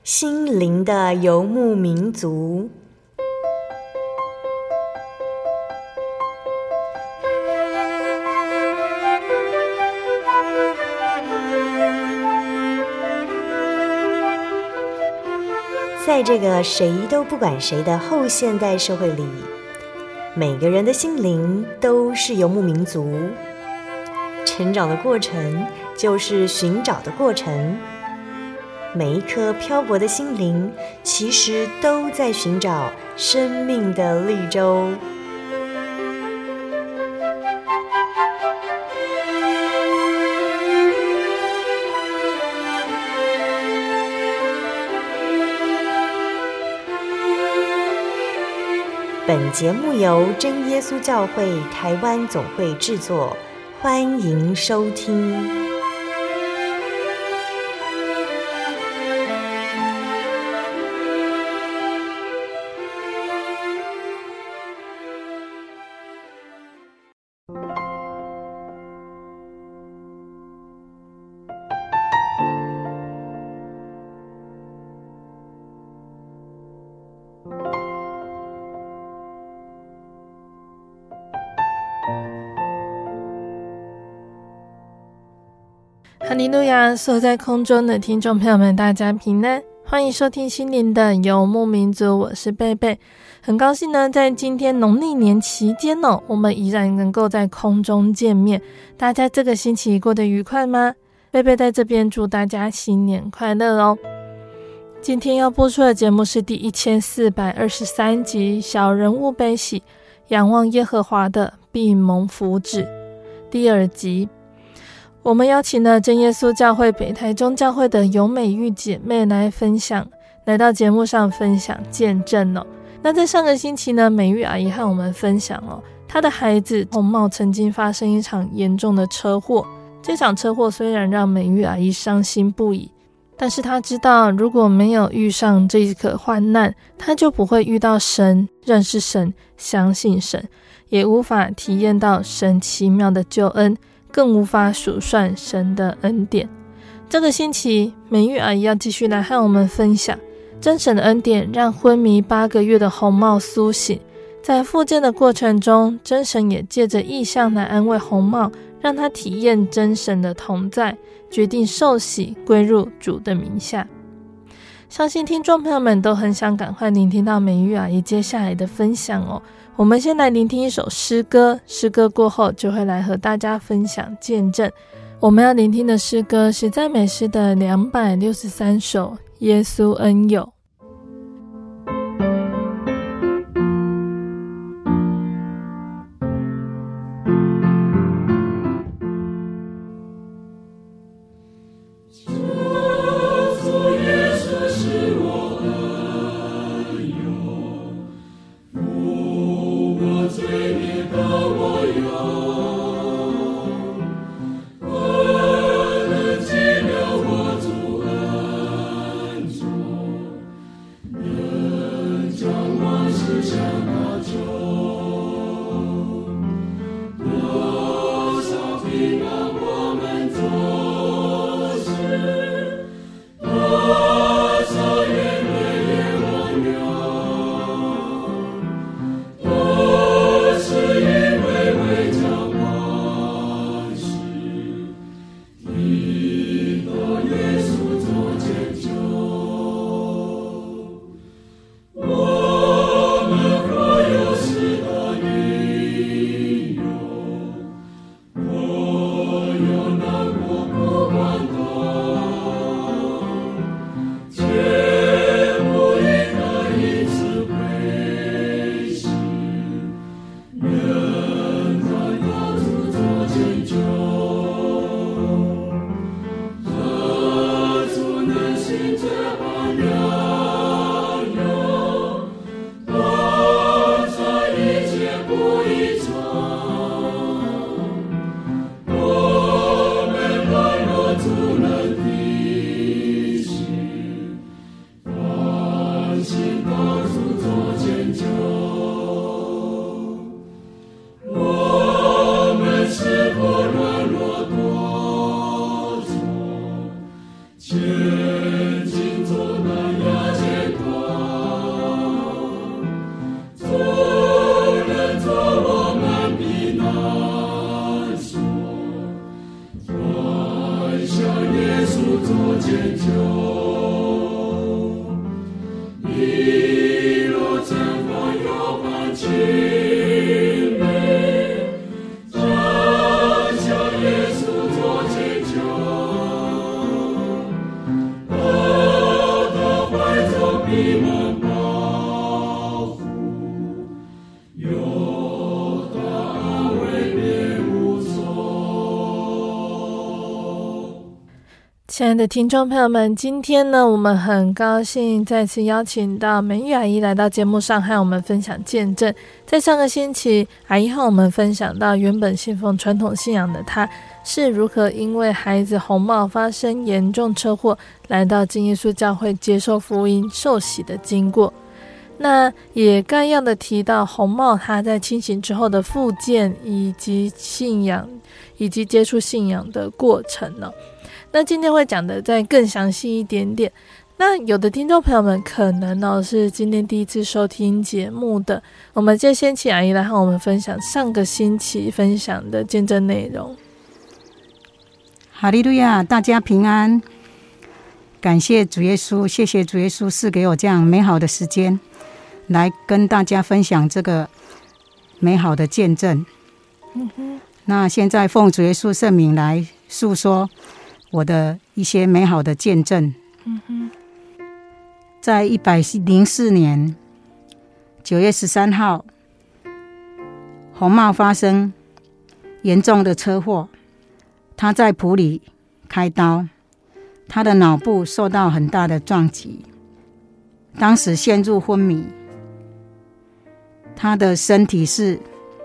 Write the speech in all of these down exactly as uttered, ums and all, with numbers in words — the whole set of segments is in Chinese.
心灵的游牧民族。在这个谁都不管谁的后现代社会里，每个人的心灵都是游牧民族。成长的过程就是寻找的过程，每一颗漂泊的心灵其实都在寻找生命的绿洲。本节目由真耶稣教会台湾总会制作，欢迎收听。 哈利路亚！所在空中的听众朋友们，大家平安，欢迎收听心灵的游牧民族，我是贝贝。很高兴呢，在今天农历年期间哦，我们依然能够在空中见面。大家这个星期过得愉快吗？贝贝在这边祝大家新年快乐哦！今天要播出的节目是第一千四百二十三集《小人物悲喜，仰望耶和华的必蒙福祉》第二集。我们邀请了真耶稣教会北台中教会的尤美玉姐妹来分享，来到节目上分享见证哦。那在上个星期呢，美玉阿姨和我们分享哦，她的孩子洪茂曾经发生一场严重的车祸。这场车祸虽然让美玉阿姨伤心不已，但是她知道如果没有遇上这一个患难，她就不会遇到神，认识神，相信神，也无法体验到神奇妙的救恩，更无法数算神的恩典。这个星期美玉阿姨要继续来和我们分享真神的恩典让昏迷八个月的洪茂苏醒。在复健的过程中，真神也借着异象来安慰洪茂，让他体验真神的同在，决定受洗归入主的名下。相信听众朋友们都很想赶快聆听到美玉阿姨接下来的分享哦。我们先来聆听一首诗歌，诗歌过后就会来和大家分享见证。我们要聆听的诗歌是赞美诗的两百六十三首，耶稣恩友。 前进走亲爱的听众朋友们，今天呢，我们很高兴再次邀请到美玉阿姨来到节目上和我们分享见证。在上个星期，阿姨和我们分享到原本信奉传统信仰的她是如何因为孩子红帽发生严重车祸，来到真耶稣教会接受福音受洗的经过。那也概要的提到红帽他在清醒之后的复健，以及信仰以及接触信仰的过程呢、哦。那今天会讲的再更详细一点点。那有的听众朋友们可能哦是今天第一次收听节目的，我们就先请阿姨来和我们分享上个星期分享的见证内容。 哈利路亚，大家平安，感谢主耶稣，谢谢主耶稣赐给我这样美好的时间来跟大家分享这个美好的见证。嗯哼，那现在奉主耶稣圣名来诉说我的一些美好的见证。嗯哼，在一百零四年九月十三号，红帽发生严重的车祸，他在埔里开刀，他的脑部受到很大的撞击，当时陷入昏迷，他的身体是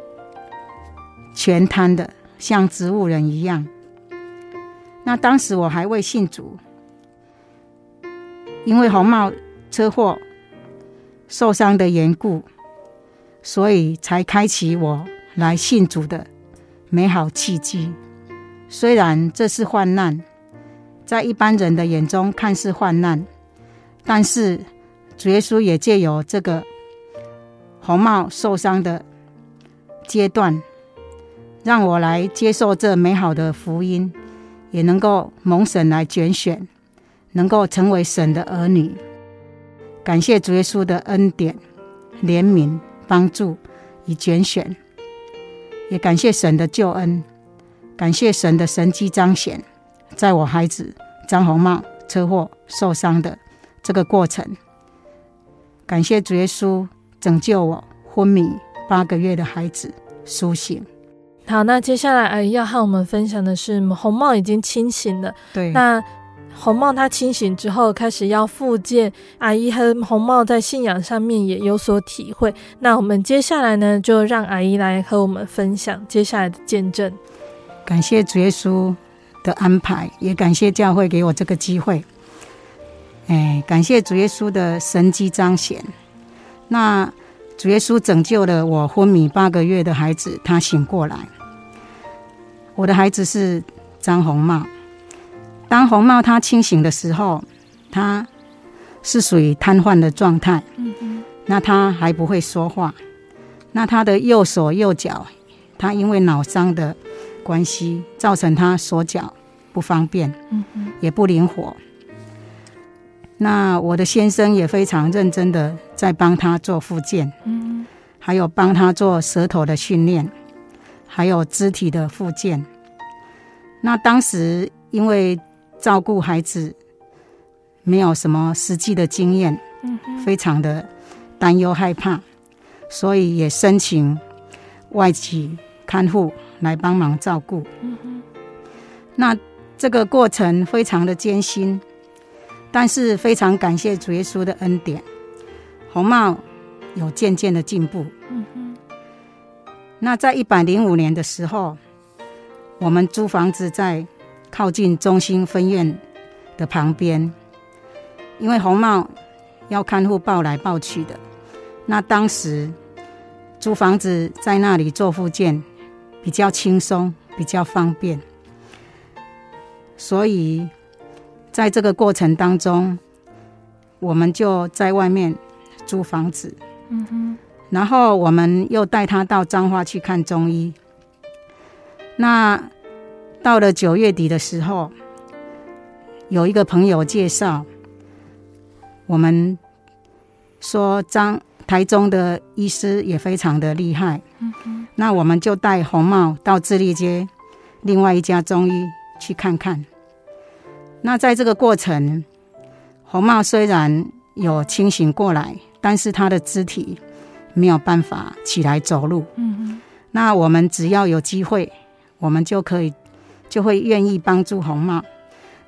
全瘫的，像植物人一样。那当时我还未信主，因为红帽车祸受伤的缘故，所以才开启我来信主的美好契机。虽然这是患难，在一般人的眼中看似患难，但是主耶稣也借由这个红帽受伤的阶段，让我来接受这美好的福音，也能够蒙神来拣选，能够成为神的儿女。感谢主耶稣的恩典、怜悯、帮助与拣选，也感谢神的救恩，感谢神的神迹彰显，在我孩子张红帽车祸受伤的这个过程。感谢主耶稣拯救我昏迷八个月的孩子苏醒。 好，那接下来阿姨要和我们分享的是红帽已经清醒了。 对， 那红帽他清醒之后开始要复健，阿姨和红帽在信仰上面也有所体会。那我们接下来呢，就让阿姨来和我们分享接下来的见证。 感谢主耶稣的安排，也感谢教会给我这个机会。哎，感谢主耶稣的神迹彰显。那主耶稣拯救了我昏迷八个月的孩子，他醒过来。我的孩子是张红帽，当红帽他清醒的时候，他是属于瘫痪的状态。嗯嗯，那他还不会说话，那他的右手右脚，他因为脑伤的关系，造成他手脚不方便，嗯嗯，也不灵活。那我的先生也非常认真的在帮他做复健，嗯，还有帮他做舌头的训练，还有肢体的复健。那当时因为照顾孩子没有什么实际的经验，嗯，非常的担忧害怕，所以也申请外籍看护来帮忙照顾。嗯，那这个过程非常的艰辛，但是非常感谢主耶稣的恩典，红帽有渐渐的进步。嗯哼，那在一百零五年的时候，我们租房子在靠近中心分院的旁边，因为红帽要看护抱来抱去的，那当时租房子在那里做复健比较轻松，比较方便，所以在这个过程当中，我们就在外面租房子。嗯哼，然后我们又带他到彰化去看中医。那到了九月底的时候，有一个朋友介绍，我们说彰台中的医师也非常的厉害。嗯哼，那我们就带红帽到智利街另外一家中医去看看。那在这个过程，红帽虽然有清醒过来，但是他的肢体没有办法起来走路。嗯哼，那我们只要有机会，我们就可以就会愿意帮助红帽，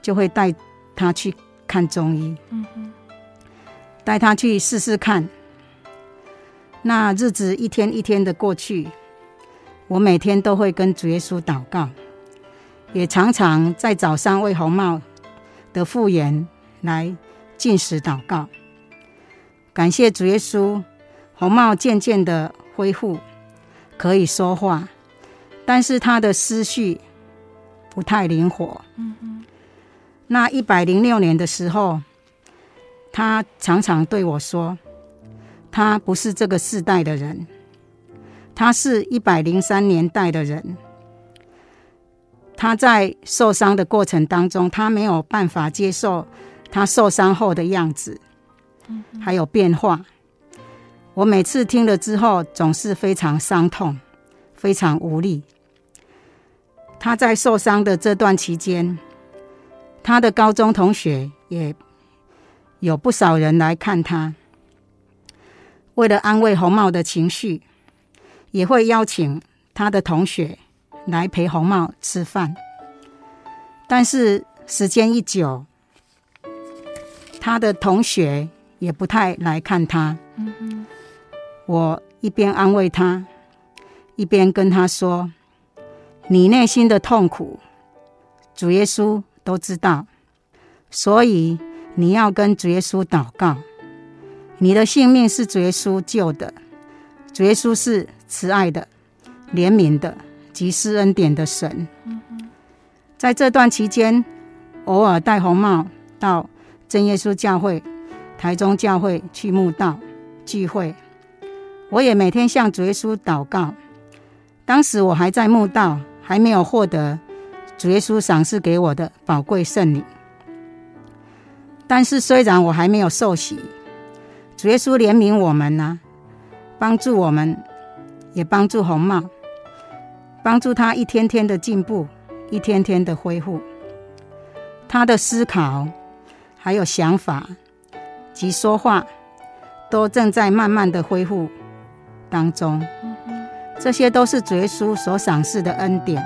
就会带他去看中医，带他去试试看。那日子一天一天的过去，我每天都会跟主耶稣祷告，也常常在早上为红帽的复原来禁食祷告。感谢主耶稣，红帽渐渐的恢复，可以说话，但是他的思绪不太灵活。嗯、那一百零六年的时候，他常常对我说，他不是这个世代的人，他是一百零三年代的人。他在受伤的过程当中，他没有办法接受他受伤后的样子，还有变化。我每次听了之后，总是非常伤痛，非常无力。他在受伤的这段期间，他的高中同学也有不少人来看他，为了安慰红帽的情绪，也会邀请他的同学来陪红帽吃饭。但是时间一久，他的同学也不太来看他。嗯、我一边安慰他，一边跟他说，你内心的痛苦主耶稣都知道，所以你要跟主耶稣祷告。你的性命是主耶稣救的，主耶稣是慈爱的、怜悯的及施恩典的神。在这段期间，偶尔带红帽到真耶稣教会、台中教会去慕道聚会，我也每天向主耶稣祷告。当时我还在慕道，还没有获得主耶稣赏赐给我的宝贵圣灵。但是虽然我还没有受洗，主耶稣怜悯我们啊，帮助我们，也帮助红帽，帮助他一天天的进步，一天天的恢复。他的思考还有想法及说话都正在慢慢的恢复当中，这些都是主耶稣所赏赐的恩典。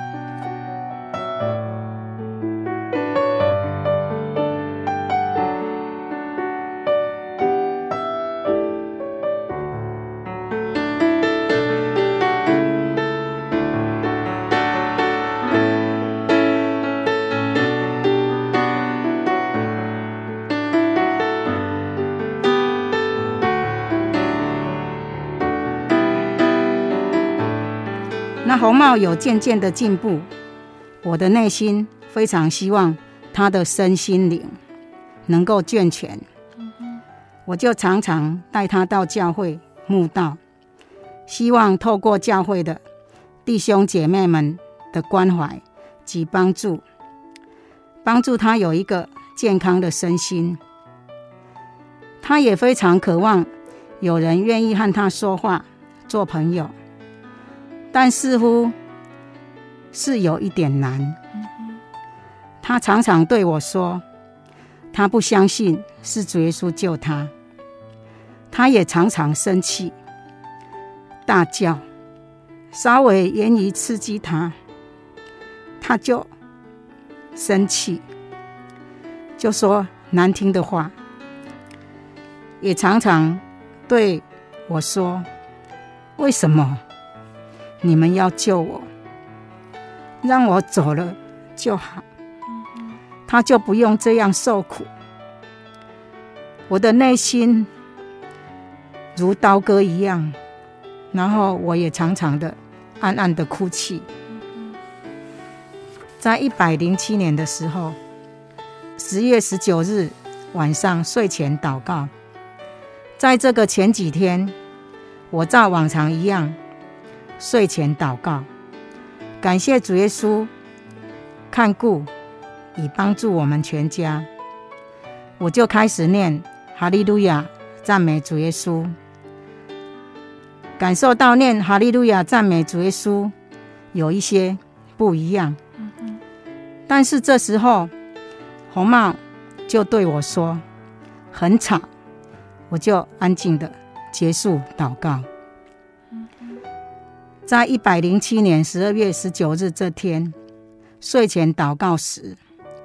那红帽有渐渐的进步，我的内心非常希望他的身心灵能够健全，我就常常带他到教会慕道，希望透过教会的弟兄姐妹们的关怀及帮助，帮助他有一个健康的身心。他也非常渴望有人愿意和他说话，做朋友，但似乎是有一点难。他常常对我说，他不相信是主耶稣救他。他也常常生气，大叫，稍微言语刺激他，他就生气，就说难听的话。也常常对我说，为什么你们要救我？让我走了就好，他就不用这样受苦。我的内心如刀割一样，然后我也常常的暗暗的哭泣。在一百零七年的时候，十月十九日晚上睡前祷告，在这个前几天，我照往常一样睡前祷告，感谢主耶稣看顾以帮助我们全家。我就开始念哈利路亚赞美主耶稣，感受到念哈利路亚赞美主耶稣有一些不一样。但是这时候红帽就对我说很吵，我就安静的结束祷告。在一百零七年十二月十九日这天睡前祷告时，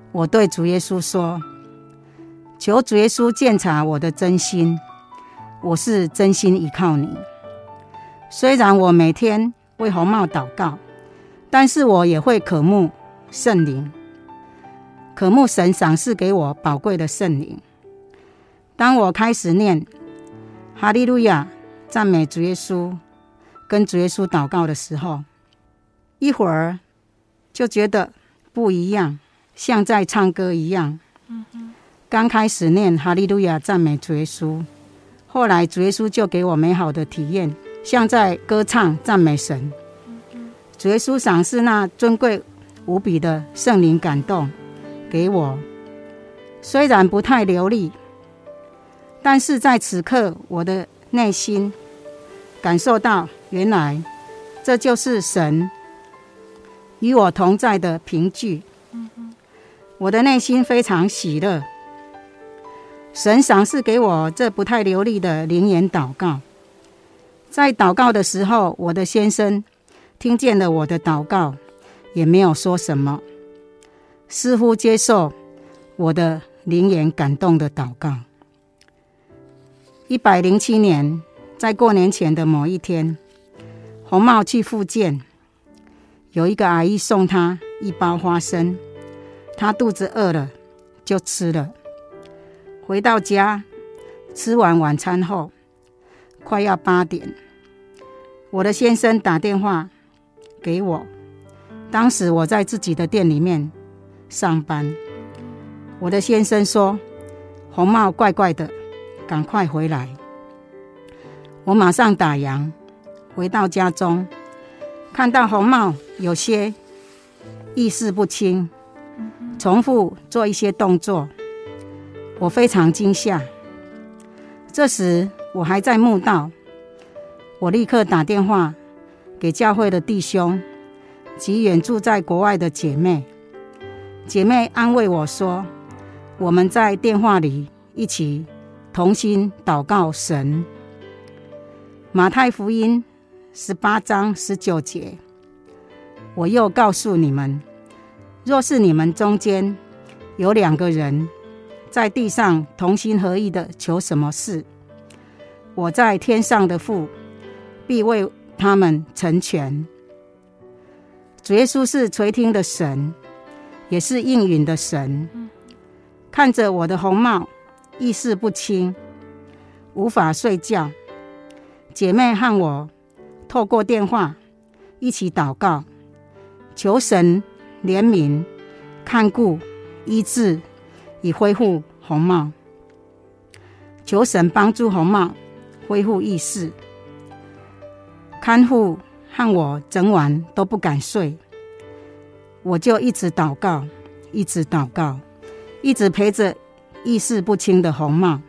我对主耶稣说，求主耶稣鉴察我的真心，我是真心依靠你。虽然我每天为红帽祷告，但是我也会渴慕圣灵，渴慕神赏赐给我宝贵的圣灵。当我开始念哈利路亚赞美主耶稣，跟主耶稣祷告的时候，一会儿就觉得不一样，像在唱歌一样。刚开始念哈利路亚赞美主耶稣，后来主耶稣就给我美好的体验，像在歌唱赞美神。主耶稣赏赐那尊贵无比的圣灵感动给我，虽然不太流利，但是在此刻我的内心感受到，原来这就是神与我同在的凭据。我的内心非常喜乐。神赏赐给我这不太流利的灵言祷告，在祷告的时候，我的先生听见了我的祷告，也没有说什么，似乎接受我的灵言感动的祷告。一百零七年，在过年前的某一天，红帽去复健，有一个阿姨送他一包花生，他肚子饿了就吃了。回到家吃完晚餐后，快要八点，我的先生打电话给我，当时我在自己的店里面上班。我的先生说，红帽怪怪的，赶快回来。我马上打烊，回到家中，看到红帽有些意识不清，重复做一些动作，我非常惊吓。这时我还在慕道，我立刻打电话给教会的弟兄及远住在国外的姐妹。姐妹安慰我说，我们在电话里一起同心祷告神。马太福音十八章十九节，我又告诉你们，若是你们中间有两个人在地上同心合意的求什么事，我在天上的父必为他们成全。主耶稣是垂听的神，也是应允的神。看着我的红帽意识不清，无法睡觉，姐妹和我透过电话一起祷告，求神怜悯、看顾、医治，以恢复红帽。求神帮助红帽恢复意识。看护和我整晚都不敢睡，我就一直祷告，一直祷告，一直陪着意识不清的红帽。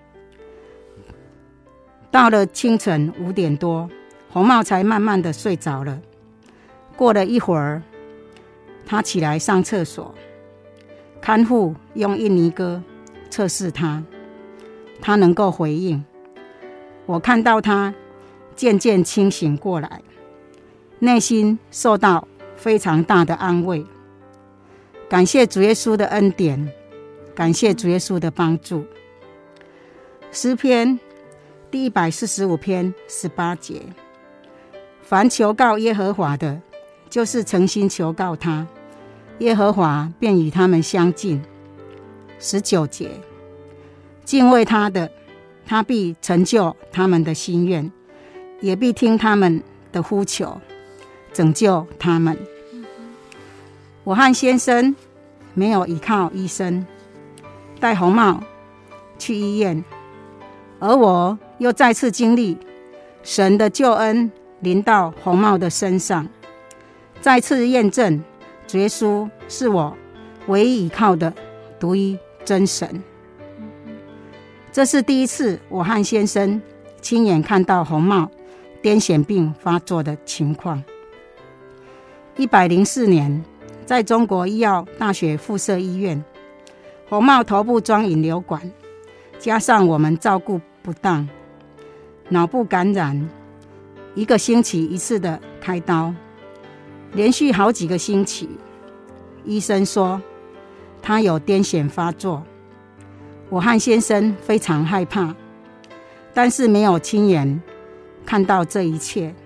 到了清晨五点多，红帽才慢慢的睡着了。过了一会儿，他起来上厕所，看护用印尼歌测试他，他能够回应。我看到他渐渐清醒过来，内心受到非常大的安慰。感谢主耶稣的恩典，感谢主耶稣的帮助。诗篇第一百四十五篇十八节，凡求告耶和华的，就是诚心求告他，耶和华便与他们相近。十九节，敬畏他的，他必成就他们的心愿，也必听他们的呼求，拯救他们。我和先生没有依靠医生，带红帽去医院，而我又再次经历神的救恩临到红帽的身上，再次验证主耶稣是我唯一依靠的独一真神。这是第一次我和先生亲眼看到红帽癫痫病发作的情况。一百零四年，在中国医药大学附设医院，红帽头部装引流管，加上我们照顾不当，脑部感染，一个星期一次的开刀，连续好几个星期。医生说他有癫痫发作。我和先生非常害怕，但是没有亲眼看到这一切。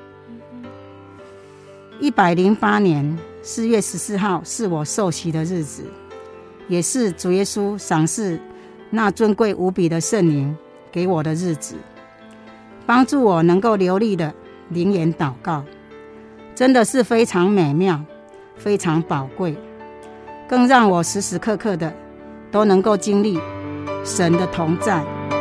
一百零八年四月十四号是我受洗的日子，也是主耶稣赏赐那尊贵无比的圣灵给我的日子，帮助我能够流利的灵言祷告，真的是非常美妙，非常宝贵，更让我时时刻刻的都能够经历神的同在。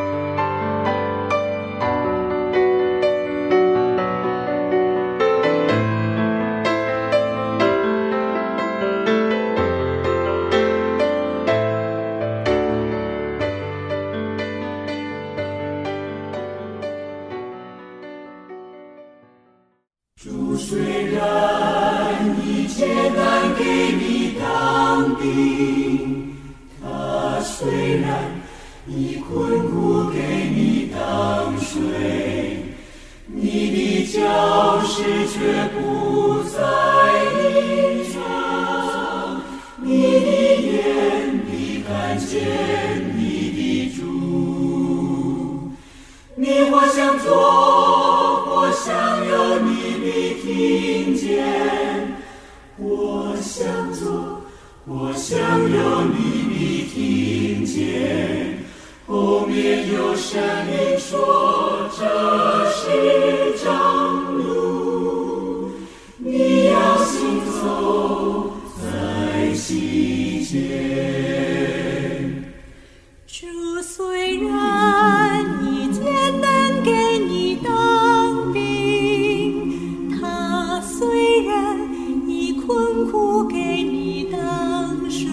主虽然一切难给你当兵，他虽然以困苦给你当水，你的脚石却不再隐藏，你的眼必看见你的主。你或想做，或想有，你必听见；我想做，我想有，你必听见。后面有声音说，这是正路，你要行走在其间。主虽然以艰难给你当兵，他虽然以困苦给你当水，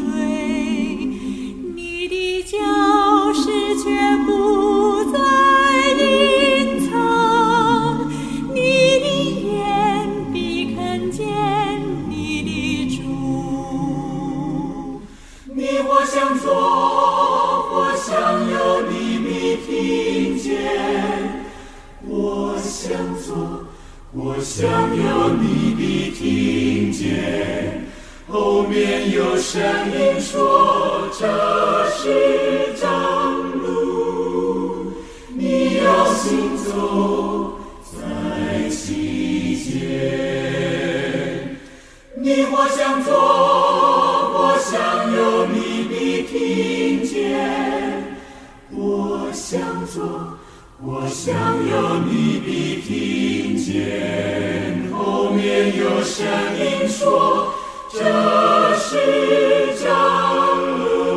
你的脚石却不再隐藏，你的眼必看见你的主。你或想做，或想有，你必听见；我想做，我想有，你必听见。后面有声音说，这是正路，你要行走在其间。你或想做，或想有，你必听见；我想做，我想有，你必听见。后面有声音说，这是正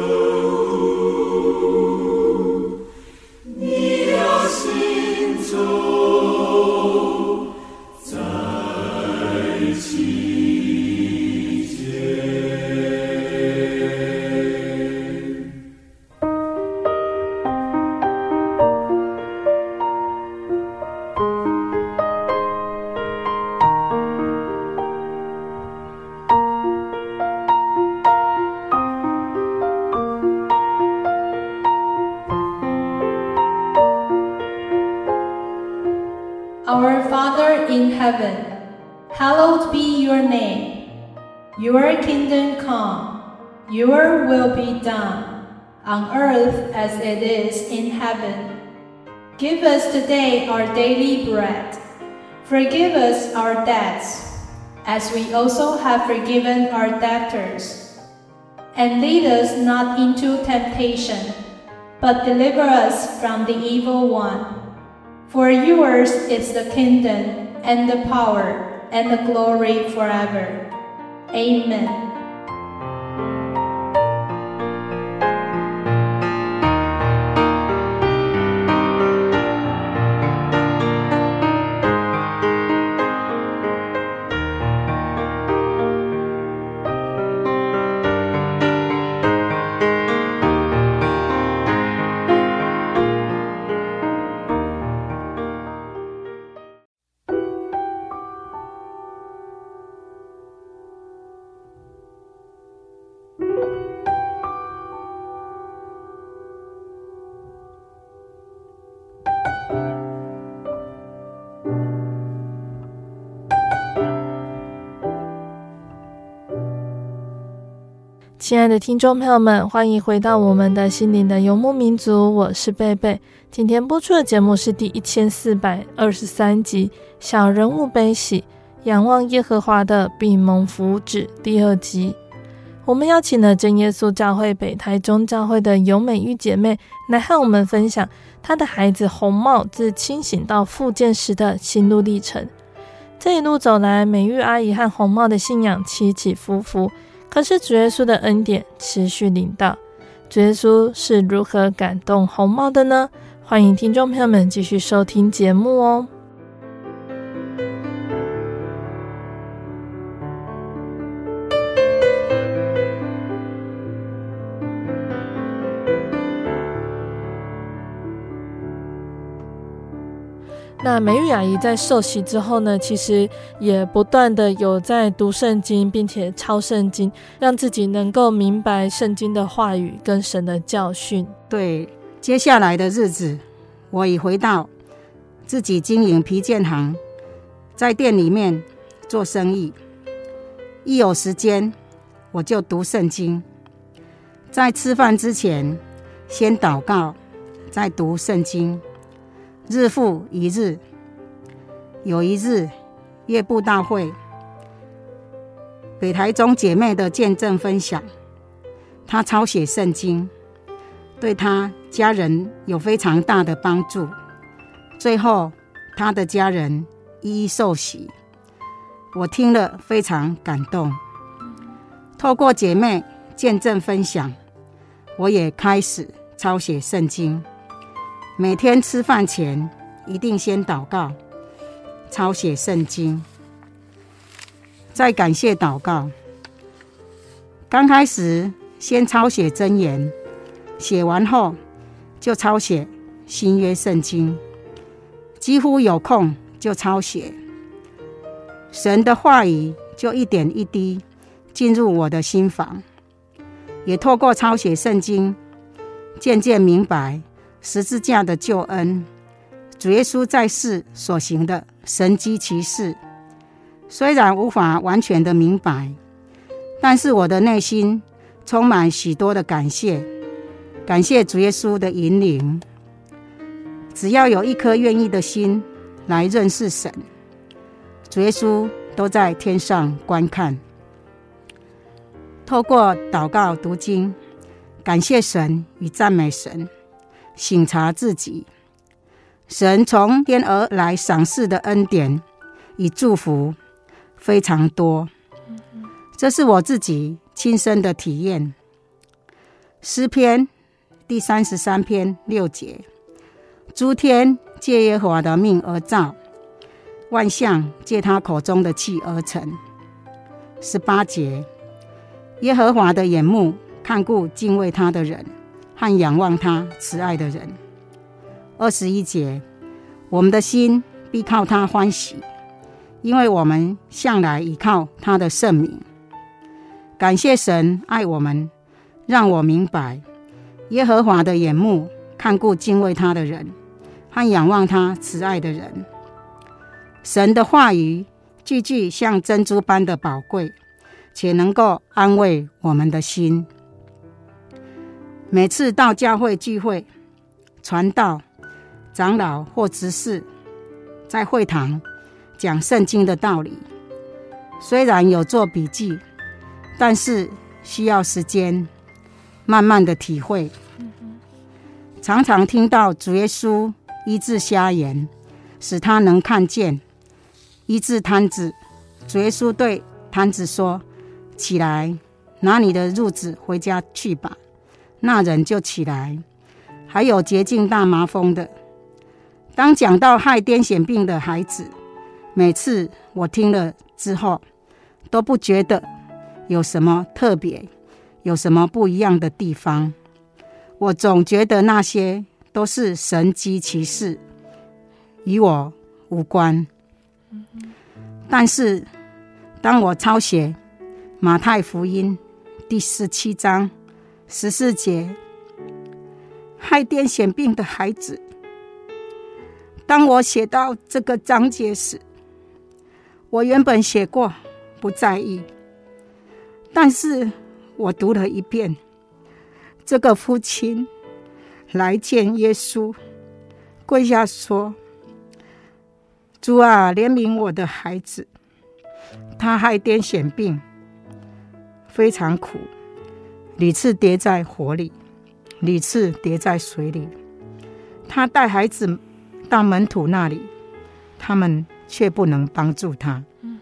路，你要行走在其间。 Our Father in heaven, hallowed be your name. Your kingdom come, your will be done, on earth as it is in heaven. Give us today our daily bread. Forgive us our debts, as we also have forgiven our debtors. And lead us not into temptation, but deliver us from the evil one. For yours is the kingdom, and the power, and the glory forever. Amen. 亲爱的听众朋友们，欢迎回到我们的心灵的游牧民族，我是贝贝。今天播出的节目是第一千四百二十三集小人物悲喜，仰望耶和华的必蒙福祉第二集。我们邀请了真耶稣教会北台中教会的尤美玉姐妹来和我们分享她的孩子红帽自清醒到复健时的心路历程。这一路走来，美玉阿姨和红帽的信仰起起伏伏，可是主耶稣的恩典持续领导。主耶稣是如何感动红帽的呢？欢迎听众朋友们继续收听节目哦。那美玉阿姨在受洗之后呢，其实也不断的有在读圣经，并且抄圣经，让自己能够明白圣经的话语跟神的教训。 对，接下来的日子，我已回到自己经营皮件行，在店里面做生意。一有时间，我就读圣经。在吃饭之前，先祷告，再读圣经。日复一日，有一日月布道会，北台中姐妹的见证分享，她抄写圣经，对她家人有非常大的帮助。最后，她的家人一一受洗，我听了非常感动。透过姐妹见证分享，我也开始抄写圣经。每天吃饭前一定先祷告，抄写圣经，再感谢祷告。刚开始先抄写箴言，写完后就抄写新约圣经，几乎有空就抄写。神的话语就一点一滴进入我的心房，也透过抄写圣经，渐渐明白十字架的救恩，主耶稣在世所行的神迹奇事，虽然无法完全的明白，但是我的内心充满许多的感谢，感谢主耶稣的引领。只要有一颗愿意的心来认识神，主耶稣都在天上观看。透过祷告读经，感谢神与赞美神，省察自己，神从天而来赏赐的恩典与祝福非常多，这是我自己亲身的体验。诗篇第三十三篇六节，诸天借耶和华的命而造，万象借他口中的气而成。十八节，耶和华的眼目看顾敬畏他的人和仰望他慈爱的人。二十一节，我们的心必靠他欢喜，因为我们向来倚靠他的圣名。感谢神爱我们，让我明白耶和华的眼目看顾敬畏他的人和仰望他慈爱的人。神的话语句句像珍珠般的宝贵，且能够安慰我们的心。每次到教会聚会、传道、长老或执事在会堂讲圣经的道理，虽然有做笔记，但是需要时间慢慢的体会。常常听到主耶稣医治瞎眼，使他能看见；医治瘫子，主耶稣对瘫子说：起来，拿你的褥子回家去吧。那人就起来。还有洁净大麻风的。当讲到害癫痫病的孩子，每次我听了之后都不觉得有什么特别，有什么不一样的地方。我总觉得那些都是神迹奇事，与我无关。但是当我抄写马太福音第十七章十四节，害癫痫病的孩子，当我写到这个章节时，我原本写过不在意，但是我读了一遍，这个父亲来见耶稣，跪下说：主啊，怜悯我的孩子，他害癫痫病，非常苦，屡次跌在火里，屡次跌在水里。他带孩子到门徒那里，他们却不能帮助他。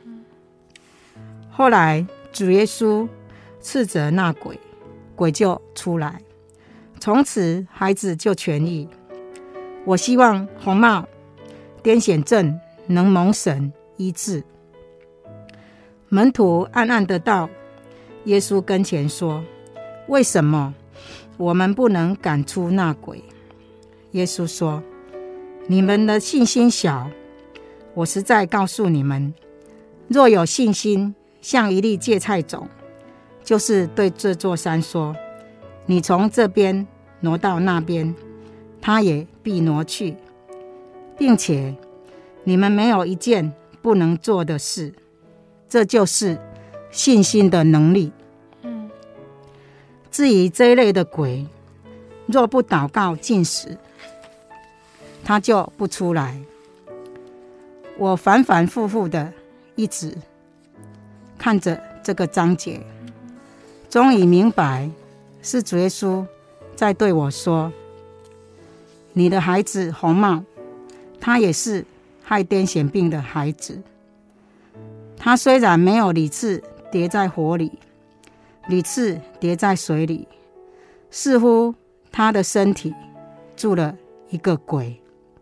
后来主耶稣斥责那鬼，鬼就出来，从此孩子就痊愈。我希望红帽癫痫症能蒙神医治。门徒暗暗的到耶稣跟前说：为什么我们不能赶出那鬼？耶稣说：你们的信心小，我实在告诉你们，若有信心像一粒芥菜种，就是对这座山说：你从这边挪到那边，它也必挪去，并且你们没有一件不能做的事。这就是信心的能力。嗯，至于这一类的鬼，若不祷告禁食，它就不出来。我反反复复的一直看着这个章节，终于明白是主耶稣在对我说：你的孩子红帽，他也是害癫痫病的孩子。他虽然没有屡次跌在火里，屡次跌在水里，似乎他的身体住了一个鬼。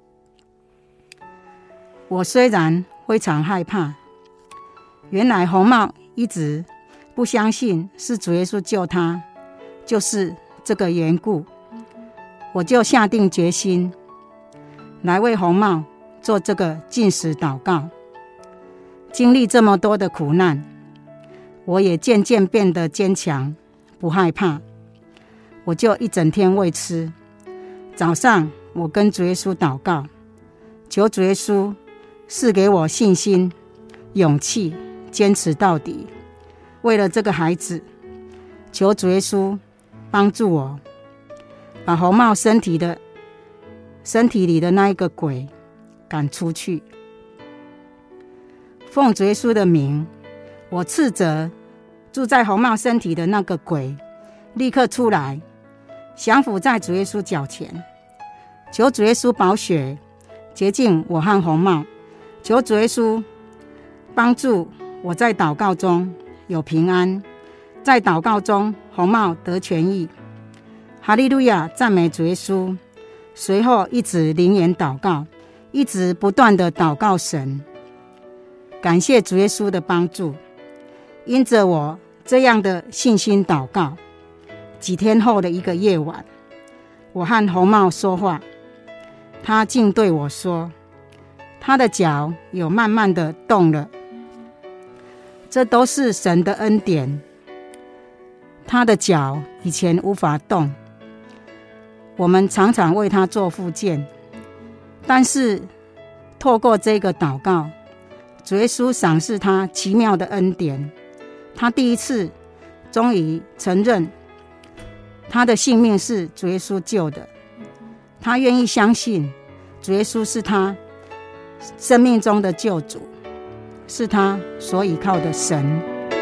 我虽然非常害怕，原来红帽一直不相信是主耶稣救他，就是这个缘故，我就下定决心来为红帽做这个禁食祷告。经历这么多的苦难，我也渐渐变得坚强，不害怕。我就一整天未吃，早上我跟主耶稣祷告，求主耶稣赐给我信心、勇气，坚持到底。为了这个孩子，求主耶稣帮助我，把红帽身体的身体里的那一个鬼赶出去。奉主耶稣的名，我斥责住在红帽身体的那个鬼，立刻出来，降服在主耶稣脚前。求主耶稣宝血洁净我和红帽，求主耶稣帮助我在祷告中有平安，在祷告中红帽得痊愈。哈利路亚，赞美主耶稣。随后一直灵言祷告，一直不断的祷告神。感谢主耶稣的帮助，因着我这样的信心祷告，几天后的一个夜晚，我和红帽说话，他竟对我说，他的脚有慢慢的动了，这都是神的恩典。他的脚以前无法动，我们常常为他做复健，但是透过这个祷告，主耶稣赏赐他奇妙的恩典。他第一次终于承认他的性命是主耶稣救的，他愿意相信主耶稣是他生命中的救主，是他所依靠的神。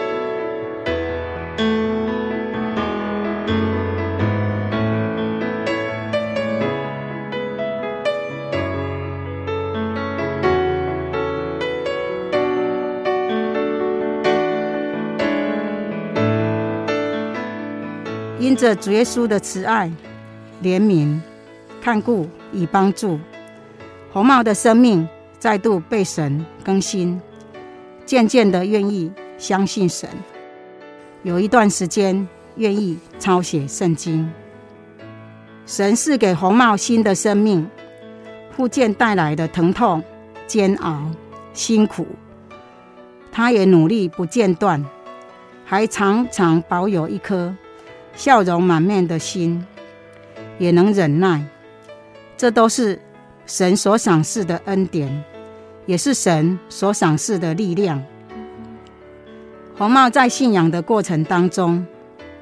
因着主耶稣的慈爱、怜悯、看顾与帮助，红帽的生命再度被神更新，渐渐的愿意相信神。有一段时间愿意抄写圣经。神赐给红帽新的生命，复健带来的疼痛、煎熬、辛苦，他也努力不间断，还常常保有一颗笑容满面的心，也能忍耐。这都是神所赏赐的恩典，也是神所赏赐的力量。红帽在信仰的过程当中，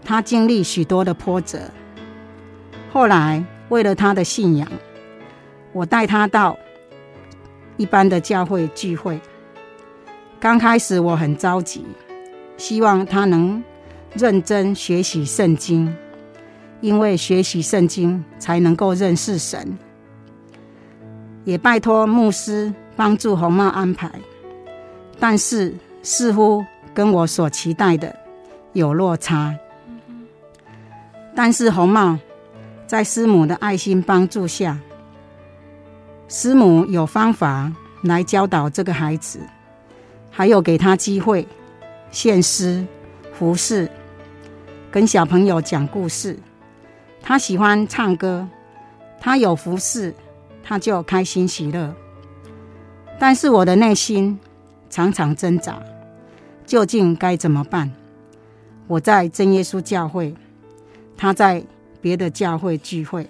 他经历许多的波折。后来为了他的信仰，我带他到一般的教会聚会。刚开始我很着急，希望他能认真学习圣经，因为学习圣经才能够认识神。也拜托牧师帮助红帽安排，但是似乎跟我所期待的有落差。但是红帽在师母的爱心帮助下，师母有方法来教导这个孩子，还有给他机会献诗、服侍，跟小朋友讲故事。他喜欢唱歌，他有服侍，他就开心喜乐。但是我的内心常常挣扎，究竟该怎么办？我在真耶稣教会，他在别的教会聚会，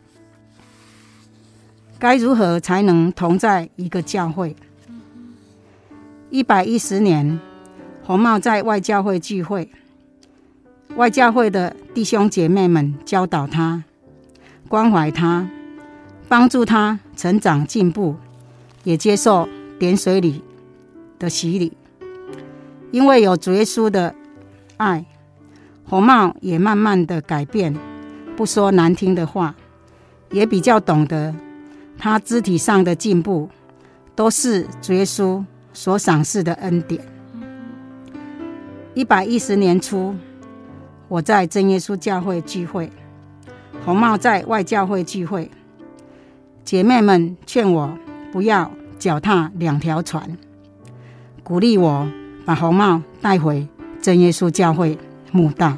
该如何才能同在一个教会？一百一十年，红帽在外教会聚会，外教会的弟兄姐妹们教导他，关怀他，帮助他成长进步，也接受点水礼的洗礼。因为有主耶稣的爱，红帽也慢慢的改变，不说难听的话，也比较懂得他肢体上的进步都是主耶稣所赏赐的恩典。一百一十年初，我在真耶稣教会聚会，红帽在外教会聚会，姐妹们劝我不要脚踏两条船，鼓励我把红帽带回真耶稣教会慕道。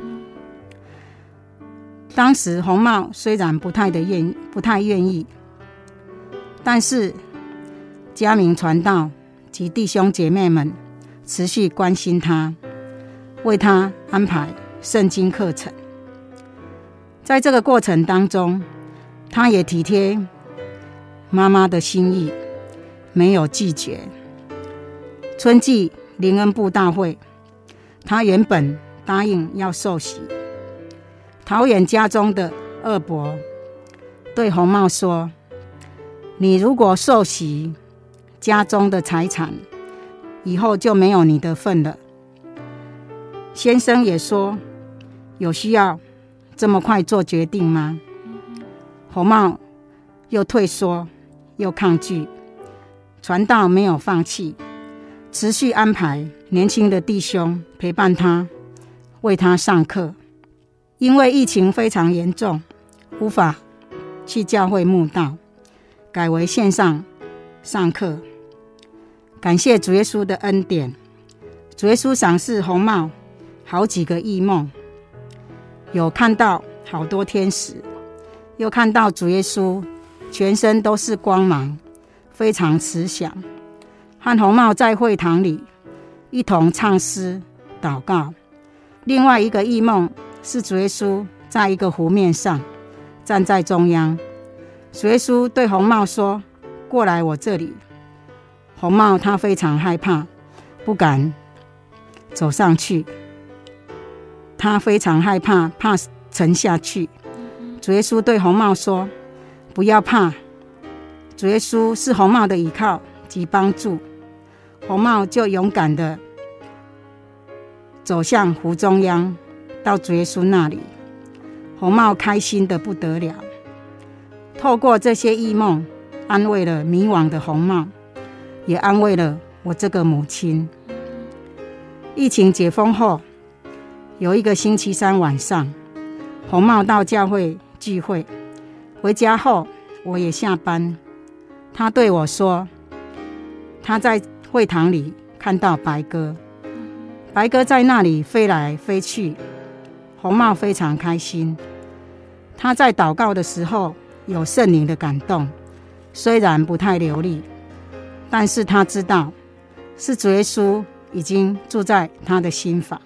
当时红帽虽然不太的愿不太愿意，但是嘉明传道及弟兄姐妹们持续关心他，为他安排圣经课程。在这个过程当中，他也体贴妈妈的心意，没有拒绝。春季灵恩布道会，他原本答应要受洗。桃园家中的二伯对红帽说，你如果受洗，家中的财产以后就没有你的份了。先生也说，有需要这么快做决定吗？红帽又退缩又抗拒，传道没有放弃，持续安排年轻的弟兄陪伴他，为他上课。因为疫情非常严重，无法去教会慕道，改为线上上课。感谢主耶稣的恩典，主耶稣赏赐红帽好几个异梦，有看到好多天使，又看到主耶稣全身都是光芒，非常慈祥，和红帽在会堂里一同唱诗祷告。另外一个异梦是主耶稣在一个湖面上站在中央，主耶稣对红帽说，过来我这里。红帽他非常害怕，不敢走上去，他非常害怕，怕沉下去。主耶稣对红帽说，不要怕，主耶稣是红帽的依靠及帮助。红帽就勇敢的走向湖中央，到主耶稣那里。红帽开心的不得了，透过这些异梦，安慰了迷惘的红帽，也安慰了我这个母亲。疫情解封后，有一个星期三晚上，红帽到教会聚会，回家后我也下班。他对我说，他在会堂里看到白鸽，白鸽在那里飞来飞去。红帽非常开心，他在祷告的时候有圣灵的感动，虽然不太流利，但是他知道是主耶稣已经住在他的心房。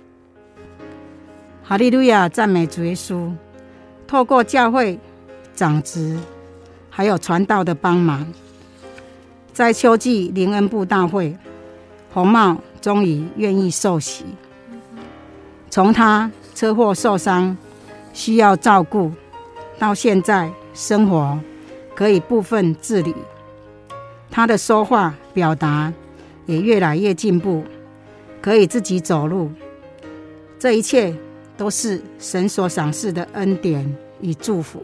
哈利路亚，赞美主耶稣。透过教会长职还有传道的帮忙，在秋季灵恩布道会，红帽终于愿意受洗。从他车祸受伤，需要照顾，到现在生活可以部分自理，他的说话表达也越来越进步，可以自己走路。这一切都是神所赏赐的恩典与祝福。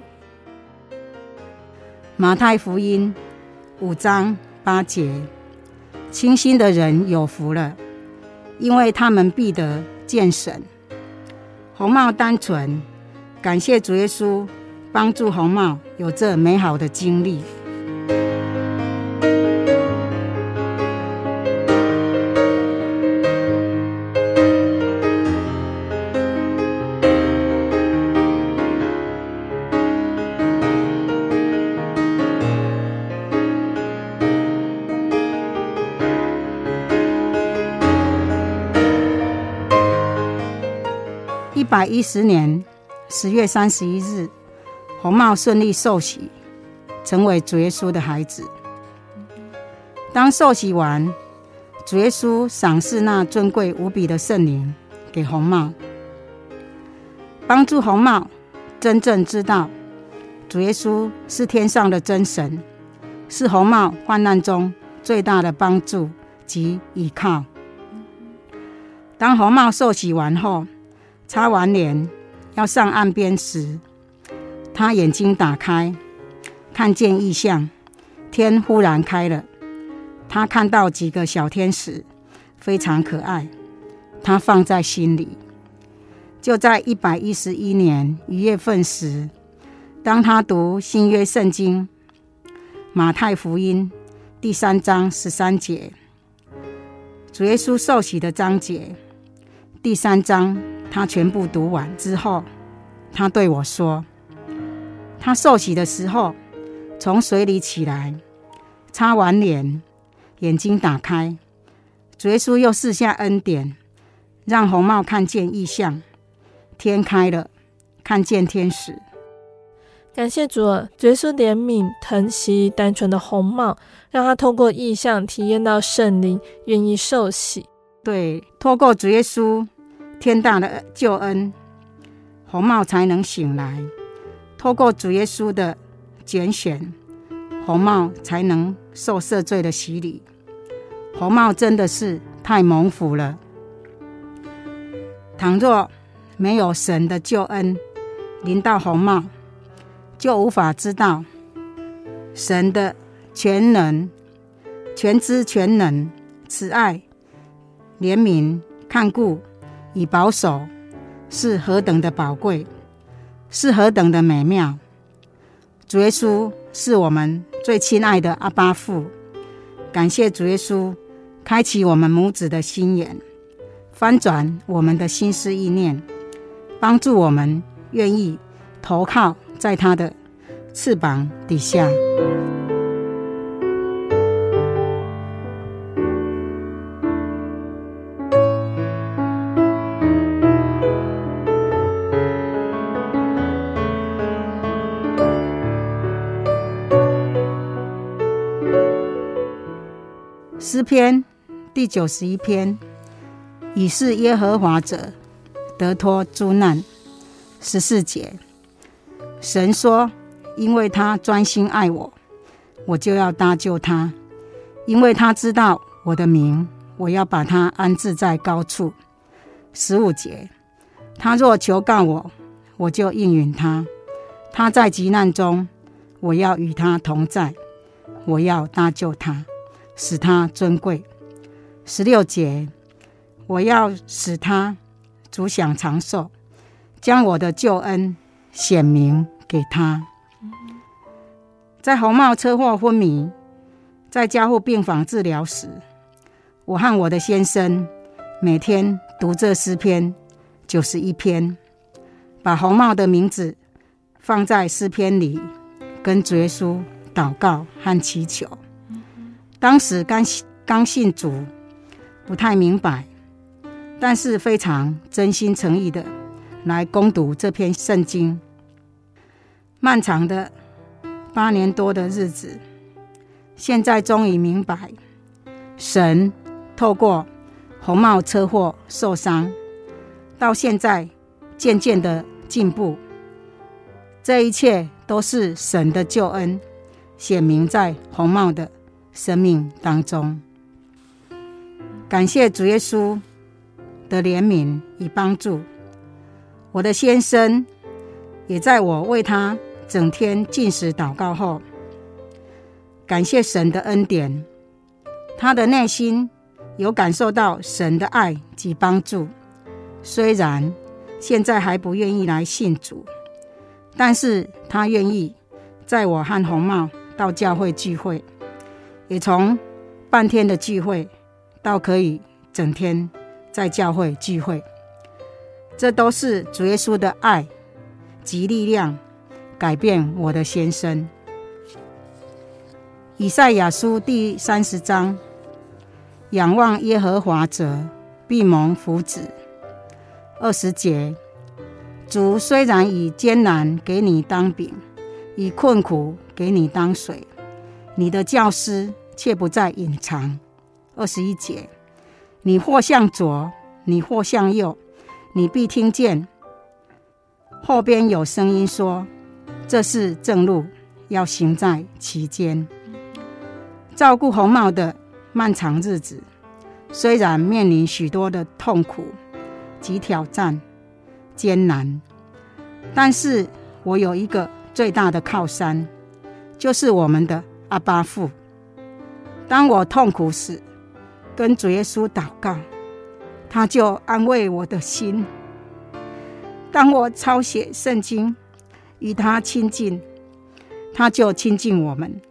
马太福音五章八节，清心的人有福了，因为他们必得见神。红帽单纯，感谢主耶稣帮助红帽有这美好的经历。一百一十年十月三十一日，红帽顺利受洗，成为主耶稣的孩子。当受洗完，主耶稣赏赐那尊贵无比的圣灵给红帽，帮助红帽真正知道主耶稣是天上的真神，是红帽患难中最大的帮助及依靠。当红帽受洗完后，擦完脸要上岸边时，他眼睛打开，看见异象，天忽然开了，他看到几个小天使，非常可爱，他放在心里。就在一百一十一年一月份时，当他读新约圣经马太福音第三章十三节，主耶稣受洗的章节，第三章他全部读完之后，他对我说，他受洗的时候从水里起来，擦完脸，眼睛打开，主耶稣又赐下恩典，让红帽看见异象，天开了，看见天使。 感谢主儿，主耶稣怜悯疼惜单纯的红帽，让他透过异象体验到圣灵，愿意受洗。 对，透过主耶稣天大的救恩，红帽才能醒来。透过主耶稣的拣选，红帽才能受赦罪的洗礼。红帽真的是太蒙福了。倘若没有神的救恩临到红帽，就无法知道神的全能、全知全能、慈爱、怜悯、看顾与保守是何等的宝贵，是何等的美妙。主耶稣是我们最亲爱的阿爸父，感谢主耶稣开启我们母子的心眼，翻转我们的心思意念，帮助我们愿意投靠在他的翅膀底下。诗篇第九十一篇，以是耶和华者得脱诸难。十四节，神说，因为他专心爱我，我就要搭救他，因为他知道我的名，我要把他安置在高处。十五节，他若求告我，我就应允他，他在急难中，我要与他同在，我要搭救他，使他尊贵。十六节，我要使他主享长寿，将我的救恩显明给他。在红帽车祸昏迷，在加护病房治疗时，我和我的先生每天读这诗篇九十一篇，把红帽的名字放在诗篇里，跟主耶稣祷告和祈求。当时刚刚信主，不太明白，但是非常真心诚意的来攻读这篇圣经。漫长的八年多的日子，现在终于明白，神透过红帽车祸受伤，到现在渐渐的进步。这一切都是神的救恩显明在红帽的生命当中。感谢主耶稣的怜悯与帮助，我的先生也在我为他整天禁食祷告后，感谢神的恩典，他的内心有感受到神的爱及帮助。虽然现在还不愿意来信主，但是他愿意在我和红帽到教会聚会，也从半天的聚会到可以整天在教会聚会。这都是主耶稣的爱及力量改变我的先生。以赛亚书第三十章，仰望耶和华者必蒙福祉。二十节，主虽然以艰难给你当饼，以困苦给你当水，你的教师却不再隐藏。二十一节，你或向左，你或向右，你必听见后边有声音说，这是正路，要行在其间。照顾红帽的漫长日子，虽然面临许多的痛苦及挑战艰难，但是我有一个最大的靠山，就是我们的阿爸父。当我痛苦时，跟主耶稣祷告，他就安慰我的心。当我抄写圣经与他亲近，他就亲近我们。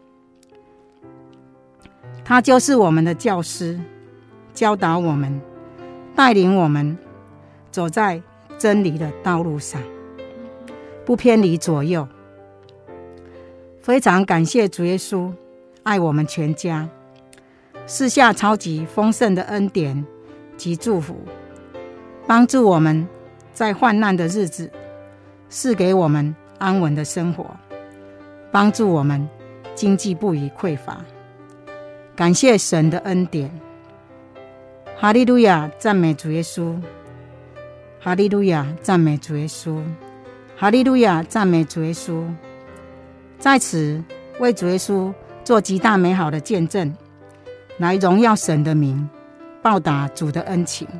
他就是我们的教师，教导我们，带领我们走在真理的道路上，不偏离左右。非常感谢主耶稣爱我们全家，赐下超级丰盛的恩典及祝福，帮助我们在患难的日子赐给我们安稳的生活，帮助我们经济不予匮乏。感谢神的恩典。哈利路亚，赞美主耶稣。哈利路亚，赞美主耶稣。哈利路亚，赞美主耶稣。在此为主耶稣做极大美好的见证，来荣耀神的名，报答主的恩情。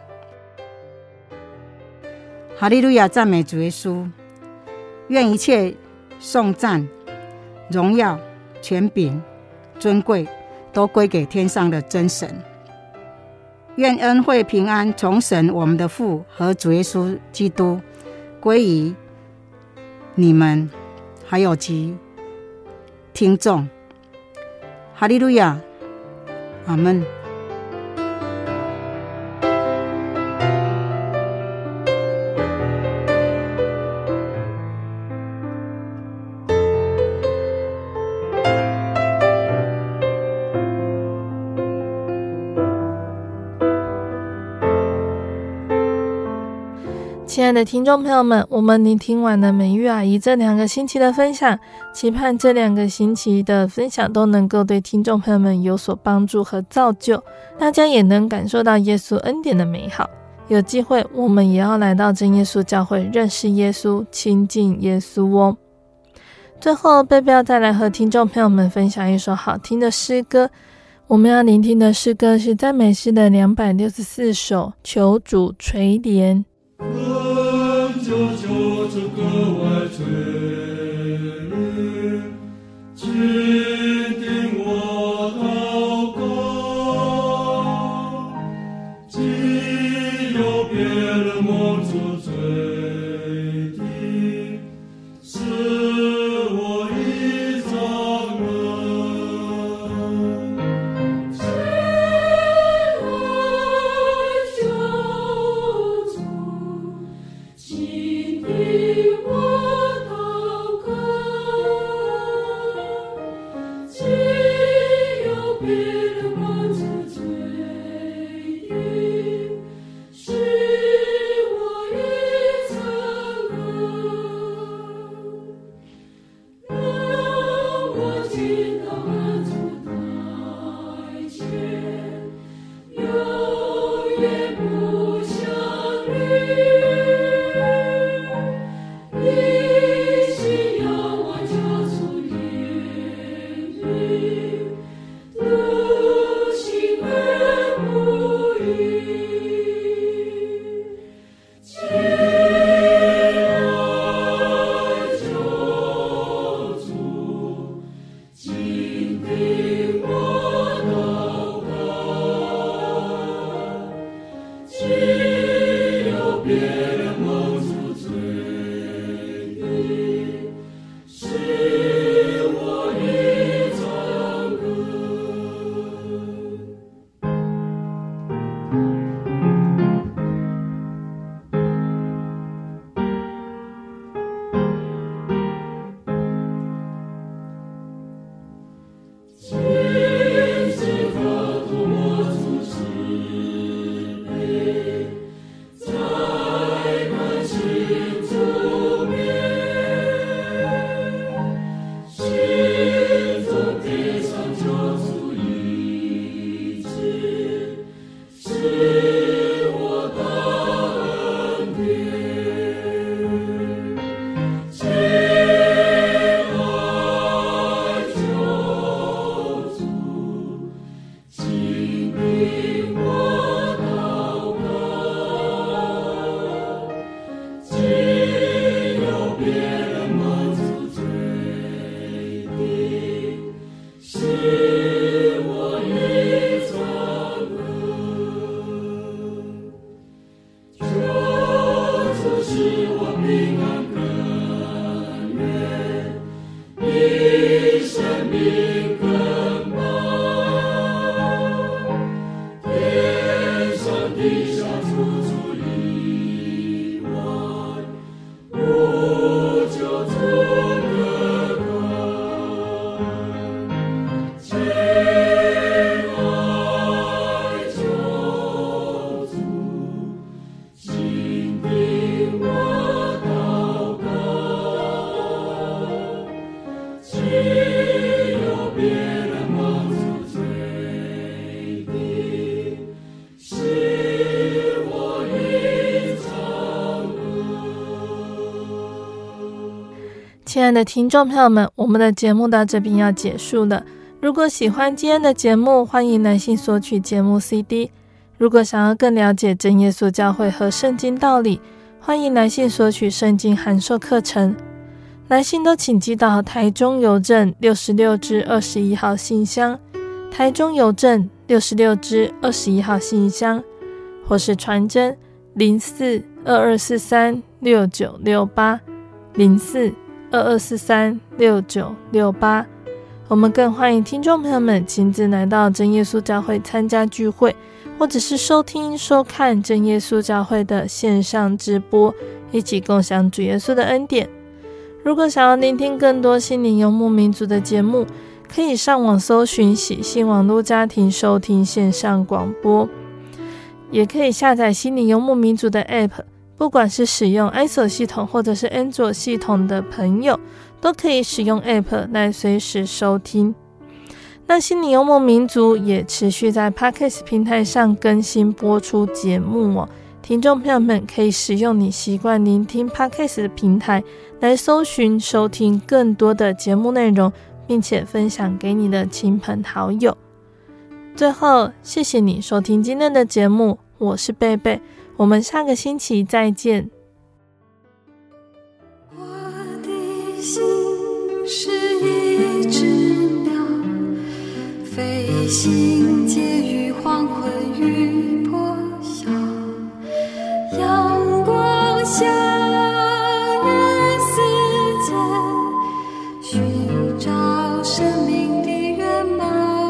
哈利路亚，赞美主耶稣。愿一切颂赞、荣耀、权柄、尊贵都归给天上的真神。愿恩惠平安从神我们的父和主耶稣基督归于你们还有其听众。哈利路亚，阿们。 亲爱的听众朋友们，我们聆听完了美玉阿姨这两个星期的分享，期盼这两个星期的分享都能够对听众朋友们有所帮助和造就，大家也能感受到耶稣恩典的美好。有机会我们也要来到真耶稣教会，认识耶稣，亲近耶稣哦。最后贝贝要再来和听众朋友们分享一首好听的诗歌，我们要聆听的诗歌是赞美诗的两百六十四首，求主垂怜。 恳求求主格外垂怜，倾听我祷告，既有别人蒙主垂听，使我已长乐。谁来救主？请听我祷告，既有别人蒙主垂听，使我已长乐。让我进到主台前，永远不相离。 亲爱的听众朋友们，我们的节目到这边要结束了。如果喜欢今天的节目，欢迎来信索取节目 C D。 如果想要更了解真耶稣教会和圣经道理，欢迎来信索取圣经函授课程。来信都请寄到台中邮政六十六支二十一号信箱，台中邮政六十六支二十一号信箱，或是传真零四二二四三六九六八零四二二四三六九六八。我们更欢迎听众朋友们亲自来到真耶稣教会参加聚会，或者是收听收看真耶稣教会的线上直播，一起共享主耶稣的恩典。如果想要聆听更多心灵游牧民族的节目，可以上网搜寻喜信网络家庭收听线上广播，也可以下载心灵游牧民族的 App。 不管是使用 I S O 系统或者是 Android 系统的朋友，都可以使用 App 来随时收听。那心灵游牧民族也持续在 Podcast 平台上更新播出节目哦，听众朋友们可以使用你习惯聆听 Podcast 的平台来搜寻收听更多的节目内容，并且分享给你的亲朋好友。最后，谢谢你收听今天的节目，我是贝贝，我们下个星期再见。 我的心是一只鸟，飞行介于黄昏与破晓，阳光下与世界寻找生命的原貌。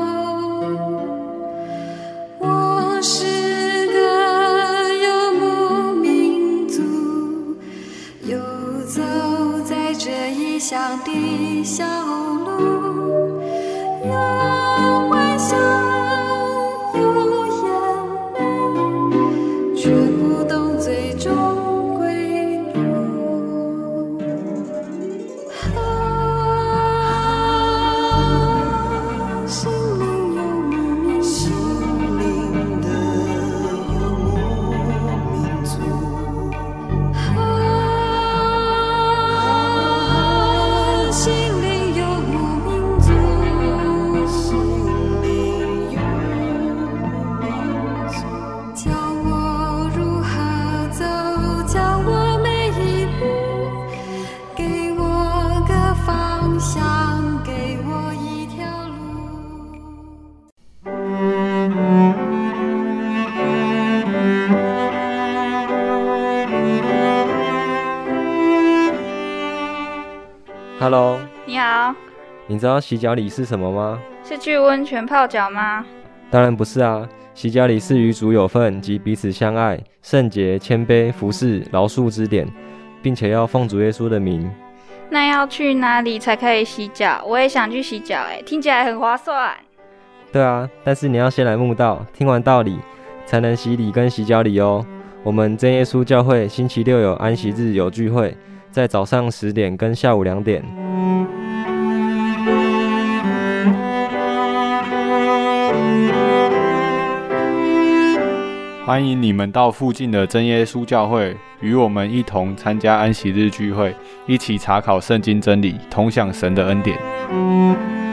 我是个游牧民族，游走在这异乡的小路，有微笑，有眼泪，却不懂最终归路。啊，心灵游牧民族，心灵的游牧民族。啊，心灵游牧民族，心灵游牧民族。教我如何走，教我每一步，给我个方向，给我一条路。 Hello， 你好， 你知道洗脚礼是什么吗？ 是去温泉泡脚吗？ 当然不是啊，洗脚礼是与主有份及彼此相爱、圣洁、谦卑、服侍、饶恕之典，并且要奉主耶稣的名。 那要去哪里才可以洗脚？我也想去洗脚，哎，听起来很划算。 对啊，但是你要先来慕道，听完道理才能洗礼跟洗脚礼哦。我们真耶稣教会星期六有安息日有聚会，在早上十点跟下午两点。 欢迎你们到附近的真耶稣教会，与我们一同参加安息日聚会，一起查考圣经真理，同享神的恩典。